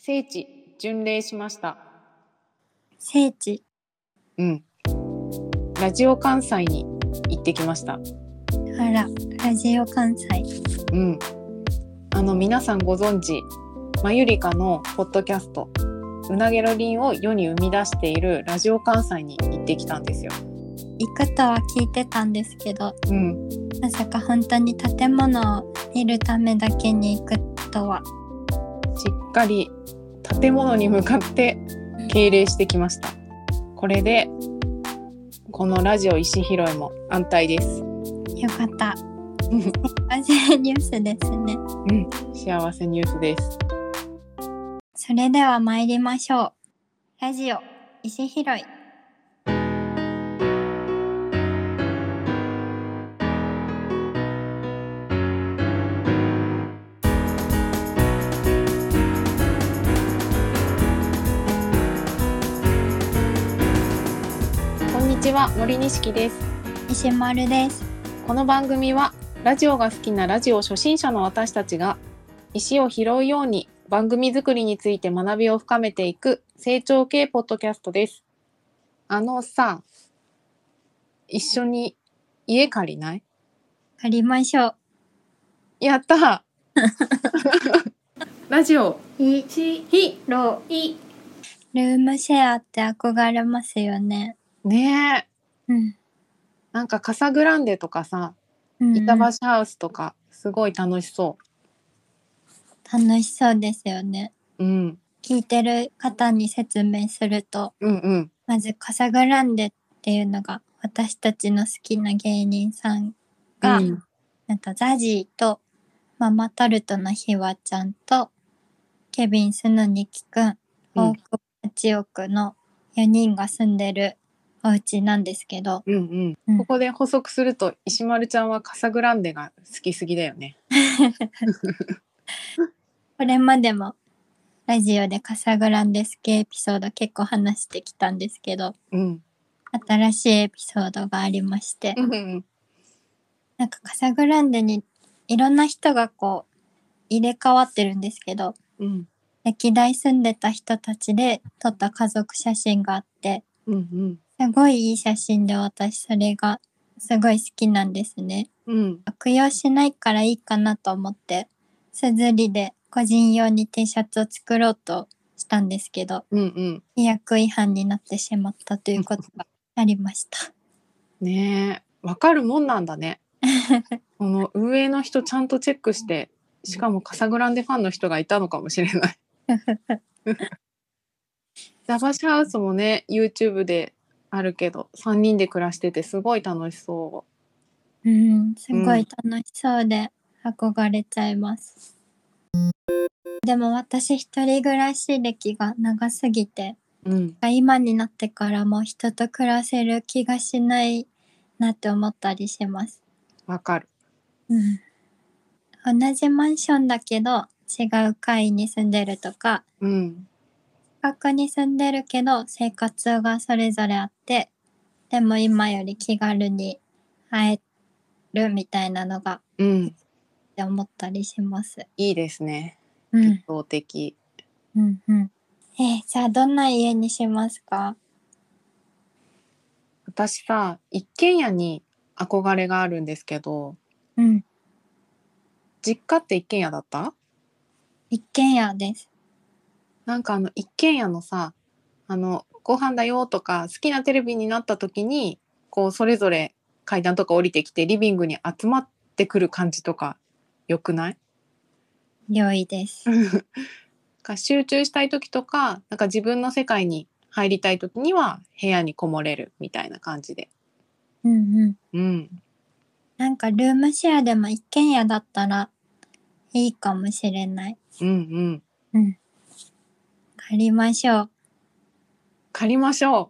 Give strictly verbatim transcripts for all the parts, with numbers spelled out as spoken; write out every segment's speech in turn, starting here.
聖地巡礼しました。 聖地。 うん。ラジオ関西に行ってきました。 あら、ラジオ関西。 うん。あの皆さんご存知、まゆりかのポッドキャスト、うなげろりんを世に生み出しているラジオ関西に行ってきたんですよ。 行くとは聞いてたんですけど、 うん。 まさか本当に建物を見るためだけに行くとは。 しっかり建物に向かって敬礼してきました。これでこのラジオ石拾いも安泰です。 よかった。幸せニュースですね。 うん、幸せニュースです。 それでは参りましょう。ラジオ石拾い。 こんにちは、森錦です。 石丸です。 この番組はラジオが好きなラジオ初心者の私たちが石を拾うように番組作りについて学びを深めていく成長系ポッドキャストです。あのさ、一緒に家借りない？ 借りましょう。 やったラジオ石拾い。ルームシェアって憧れますよね。 ねえ、 うん。 なんかカサグランデとかさ、 うんうん、 板橋ハウスとかすごい楽しそう。楽しそうですよね。 う。うん。 聞いてる方に説明すると、 うんうん。 まずカサグランデっていうのが私たちの好きな芸人さんが、うん、なんかザジーとママタルトのひわちゃんとケビンスのニキくん、大久保八億のよにんが住んでるお家なんですけど、 うんうんうん、ここで補足すると石丸ちゃんはカサグランデが好きすぎだよね。 これまでもラジオでカサグランデ好きエピソード結構話してきたんですけど、うん、新しいエピソードがありまして、うん、なんかカサグランデにいろんな人がこう入れ替わってるんですけど、うん、歴代住んでた人たちで撮った家族写真があって、うんうん、すごいいい写真で私それがすごい好きなんですね。うん、悪用しないからいいかなと思ってすずりで個人用に T シャツを作ろうとしたんですけど、うんうん、規約違反になってしまったということがありました。 ねえ、わかるもんなんだね。この運営の人ちゃんとチェックして、しかもカサグランデファンの人がいたのかもしれない。ザバシハウスもね YouTube であるけどさんにんで暮らしててすごい楽しそう。 うん、すごい楽しそうで憧れちゃいます。うん、でも私一人暮らし歴が長すぎて、うん、今になってからも人と暮らせる気がしないなって思ったりします。 わかる。 うん、同じマンションだけど違う階に住んでるとか、うん、近くに住んでるけど生活がそれぞれあって、でも今より気軽に会えるみたいなのが、うん、って思ったりします。 いいですね。理想的。 うんうん。えー、じゃあどんな家にしますか？ 私さ、一軒家に憧れがあるんですけど、 うん。 実家って一軒家だった？ 一軒家です。 なんかあの一軒家のさ、あのご飯だよとか好きなテレビになった時にこうそれぞれ階段とか降りてきてリビングに集まってくる感じとか良くない？ 良いです。 集中したい時とか、なんか自分の世界に入りたい時には部屋にこもれるみたいな感じで。 うんうん。 うん。 なんかルームシェアでも一軒家だったらいいかもしれない。 うんうん。 うん。借りましょう。 借りましょ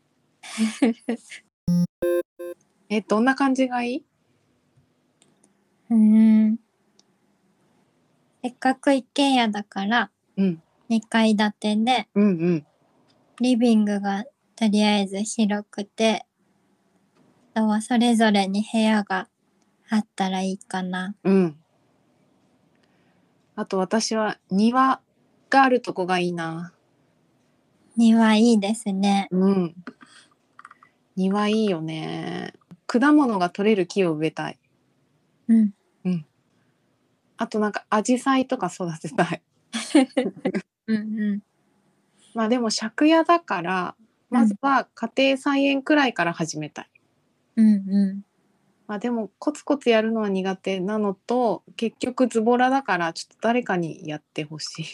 う。え、どんな感じがいい？ うーん。せっかく一軒家だから、うん、にかい建てで、うんうん、リビングがとりあえず広くて、あとはそれぞれに部屋があったらいいかな。 うん。あと私は庭があるとこがいいな。 庭いいですね。 うん。庭いいよね。果物が取れる木を植えたい。 うん。 うん。あとなんかアジサイとか育てたい。 うんうん。 まあでも借家だから、まずは家庭菜園くらいから始めたい。 うんうん。 まあでもコツコツやるのは苦手なのと、結局ズボラだからちょっと誰かにやってほしい。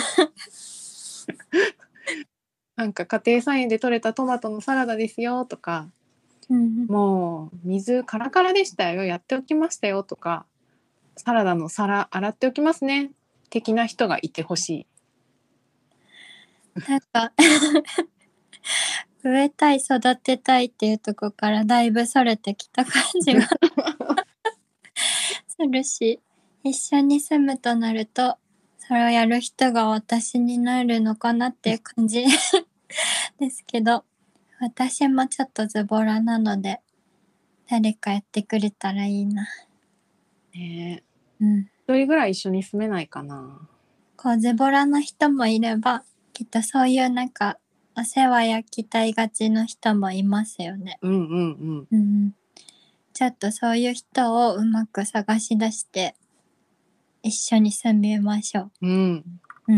なんか家庭菜園で採れたトマトのサラダですよとか、 うんうん、 もう水カラカラでしたよ、やっておきましたよとか、サラダの皿洗っておきますね的な人がいてほしい。なんか植えたい育てたいっていうとこからだいぶそれてきた感じがするし、一緒に住むとなるとそれをやる人が私になるのかなっていう感じですけど、私もちょっとズボラなので誰かやってくれたらいいな。 ねえ、うん。 一人ぐらい一緒に住めないかな。 こうズボラの人もいれば、きっとそういうなんかお世話焼きたいがちの人もいますよね。 うんうんうん。 うん。ちょっとそういう人をうまく探し出して一緒に住みましょう。うん。 うん。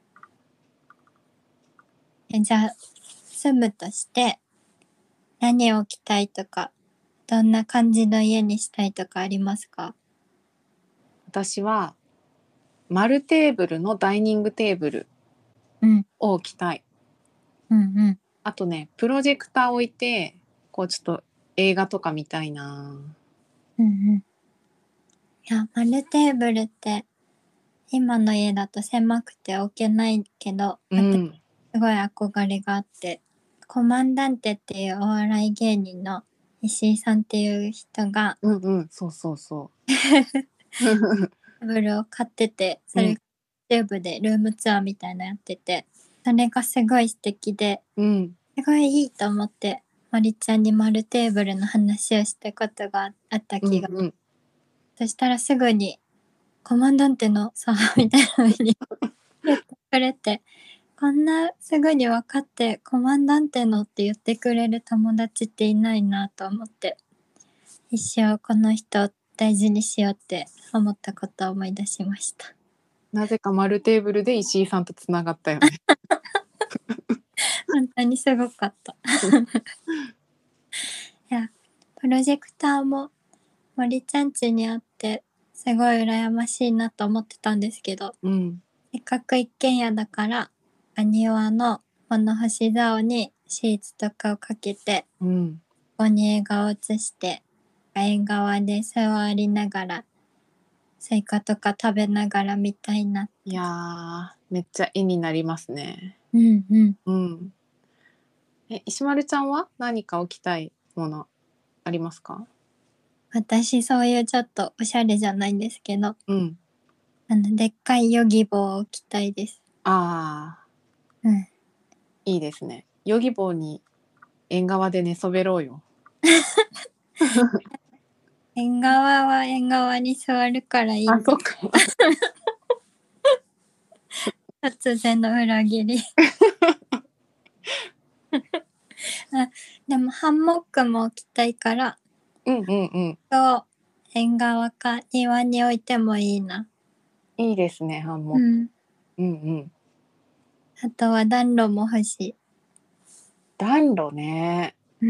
え、じゃあ住むとして何を着たいとか、どんな感じの家にしたいとかありますか？ 私は丸テーブルのダイニングテーブルを置きたい。 うんうん。 あとね、プロジェクター置いて、こうちょっと映画とか見たいな。 うんうん。いや、丸テーブルって今の家だと狭くて置けないけど、 うん。 すごい憧れがあって、コマンダンテっていうお笑い芸人の石井さんっていう人がうんうん、そうそうそう。 テーブルを買ってて、それ YouTube でルームツアーみたいなのやってて、それがすごい素敵で、 うん。 すごいいいと思って、まりちゃんに丸テーブルの話をしたことがあった気が。 うんうん、 そしたらすぐにコマンダンテのさみたいな風に言ってくれて、こんなすぐに分かってコマンダンテのって言ってくれる友達っていないなと思って、一生この人を大事にしようって思ったことを思い出しました。 なぜか丸テーブルで石井さんとつながったよね。 本当にすごかった。いや、プロジェクターも森ちゃん家にあってすごい羨ましいなと思ってたんですけど、 うん、 せっかく一軒家だから庭の物干し竿にシーツとかをかけて、 うん、 ここに映画を映して縁側で座りながらスイカとか食べながら見たいな。 いやー、めっちゃ絵になりますね。 うんうん。 うん。え、石丸ちゃんは何か置きたいものありますか？ 私そういうちょっとおしゃれじゃないんですけど、 うん。 あのでっかいヨギボーを置きたいです。 あうん。 ー、いいですね。ヨギボーに縁側で寝そべろうよ。 縁側は縁側に座るからいい。 あ、そっか。 突然の裏切り。あ、でもハンモックも置きたいから、 うんうんうん。 そう縁側か庭に置いてもいいな。 いいですね、ハンモック。 うん。 うんうん。 あとは暖炉も欲しい。 暖炉ね。 うん。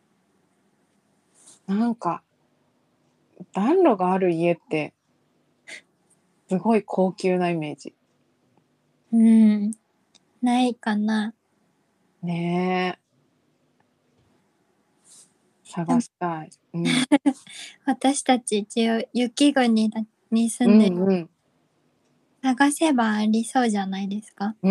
なんか暖炉がある家ってすごい高級なイメージ。 うん。ないかな。 ねえ。探したい。うん。 私たち一応雪国だに住うんでる。 んうん。 探せばありそうじゃないですか。 うん。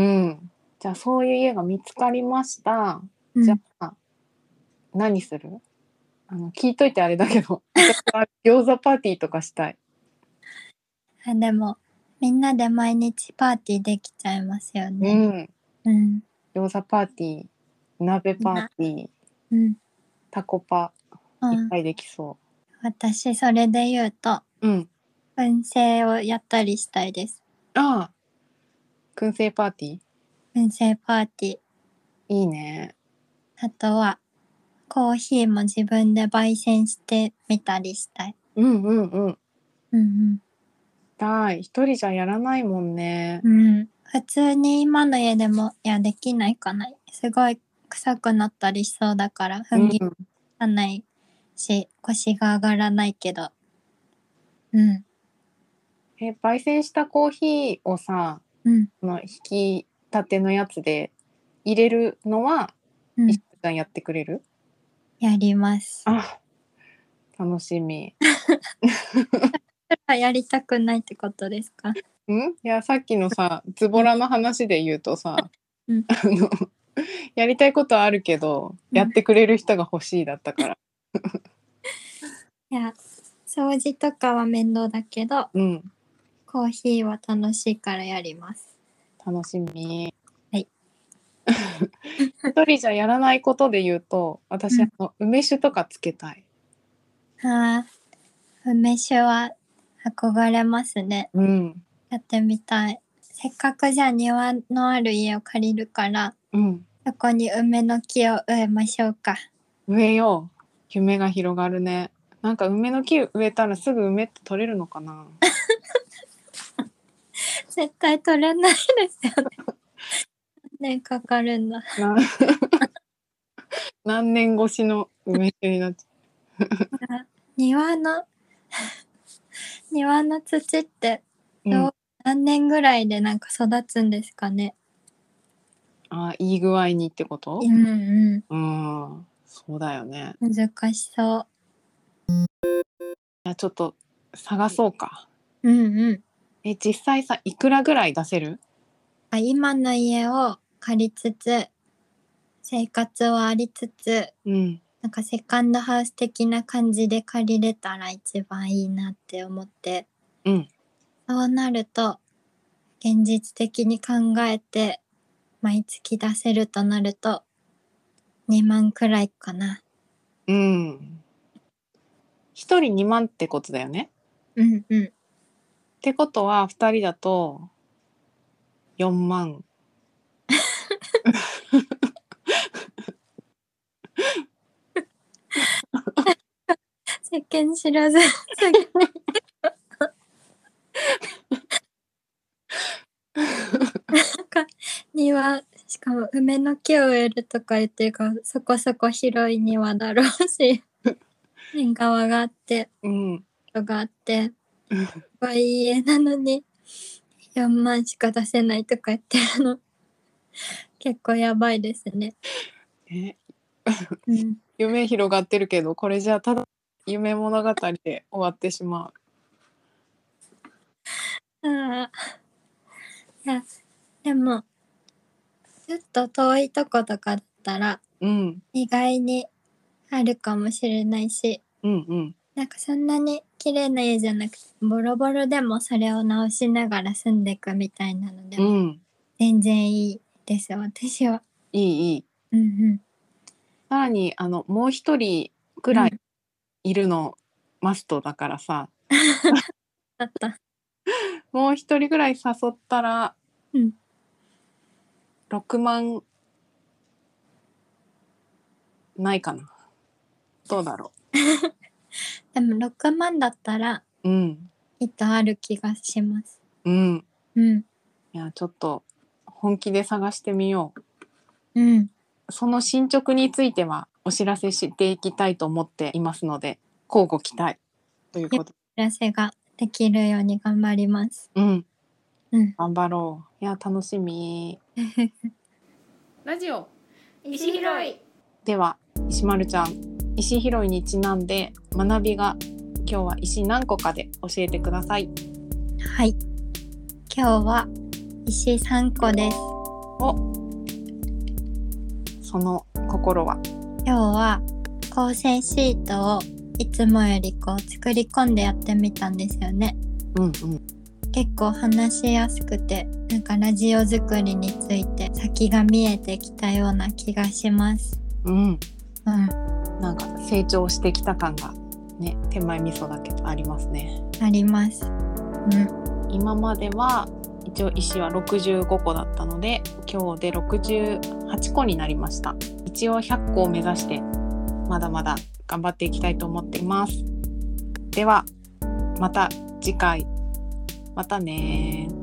じゃあそういう家が見つかりました。 うん。 じゃあ何する？あの聞いといてあれだけど、私は餃子パーティーとかしたい。 あ、でもみんなで毎日パーティーできちゃいますようね。 ん。 うん。 餃子パーティー、鍋パーティー、 うん。 タコパ、 うん。 いっぱいできそ私それで言うと、 う。うん。 燻製をやったりしたいです。 ああ、 燻製パーティー？ 燻製パーティー。 いいね。 あとはコーヒーも自分で焙煎してみたりしたい。 うんうんうん。 うんうん。 だい、一人じゃやらないもんね。 うん。普通に今の家でも、いや、できないかな。すごい臭くなったりしそうだから、踏ん切らないし、腰が上がらないけど。うん。 え、焙煎したコーヒーをさ、 うん。 の引きたてのやつで入れるのは、 うん。 一緒にやってくれる？ やります。 あ、楽しみ。 やりたくないってことですか？ ん？いや、さっきのさ、ズボラの話で言うとさ、 うん、 あのやりたいことはあるけど、うん、やってくれる人が欲しいだったから。 いや、掃除とかは面倒だけど、うん、コーヒーは楽しいからやります。 楽しみ。 はい。 一人じゃやらないことで言うと、私、うん、あの梅酒とかつけたい。 はあ、梅酒は憧れますね。うん。やってみたい。せっかくじゃあ庭のある家を借りるから、うん、そこに梅の木を植えましょうか。 植えよう。夢が広がるね。なんか梅の木植えたらすぐ梅って取れるのかな？ 絶対取れないですよね。何年かかるんだ。 何年越しの梅酒になっちゃう。 庭の庭の土ってどう、うん、何年ぐらいでなんか育つんですかね？ あ、いい具合にってこと？ うんうん。 うん、そうだよね。 難しそう。 いや、ちょっと探そうか。 うんうん。 え、実際さ、いくらぐらい出せる？ あ、今の家を借りつつ、生活はありつつ、うん、なんかセカンドハウス的な感じで借りれたら一番いいなって思って、うん、そうなると現実的に考えて毎月出せるとなるとにまんくらいかな。 うん。一人にまんってことだよね。 うんうん。 ってことはふたりだとよんまん。 世間知らずなんか庭、しかも梅の木を植えるとか言ってるからそこそこ広い庭だろうし縁側があって、うん、人があっていい家なのによんまんしか出せないとか言ってるの結構やばいですね。 え、うん、夢広がってるけどこれじゃただ夢物語で終わってしまう。 ああ、いやでもちょっと遠いとことかだったら、うん、意外にあるかもしれないし、うんうん、なんかそんなに綺麗な家じゃなくてボロボロでもそれを直しながら住んでいくみたいなのでも、うん、全然いいです私は。 いいいい。うんうん。さらにあのもう一人くらいいるの、うん、マストだからさ。 あった。 もう一人ぐらい誘ったら、うん、ろくまんないかな。どうだろう。 でもろくまんだったら、うん、きっとある気がします。 うん。うん。いや、ちょっと本気で探してみよう。うん。その進捗についてはお知らせしていきたいと思っていますので、乞うご期待ということで。 お知らせができるように頑張ります。 うん。うん。頑張ろう。いや、楽しみ。ラジオ石拾い。 では、石丸ちゃん、石拾いにちなんで学びが今日は石何個かで教えてください。 はい。今日は石さんこです。 お、その心は？ 今日は構成シートをいつもよりこう作り込んでやってみたんですよね。うんうん。結構話しやすくて、なんかラジオ作りについて先が見えてきたような気がします。うん。うん。 なんか成長してきた感がね、手前味噌だけどありますね。 あります。うん。 今までは一応石はろくじゅうごこだったので、今日でろくじゅうはちこになりました。一応ひゃっこを目指してまだまだ頑張っていきたいと思っています。ではまた次回、またね。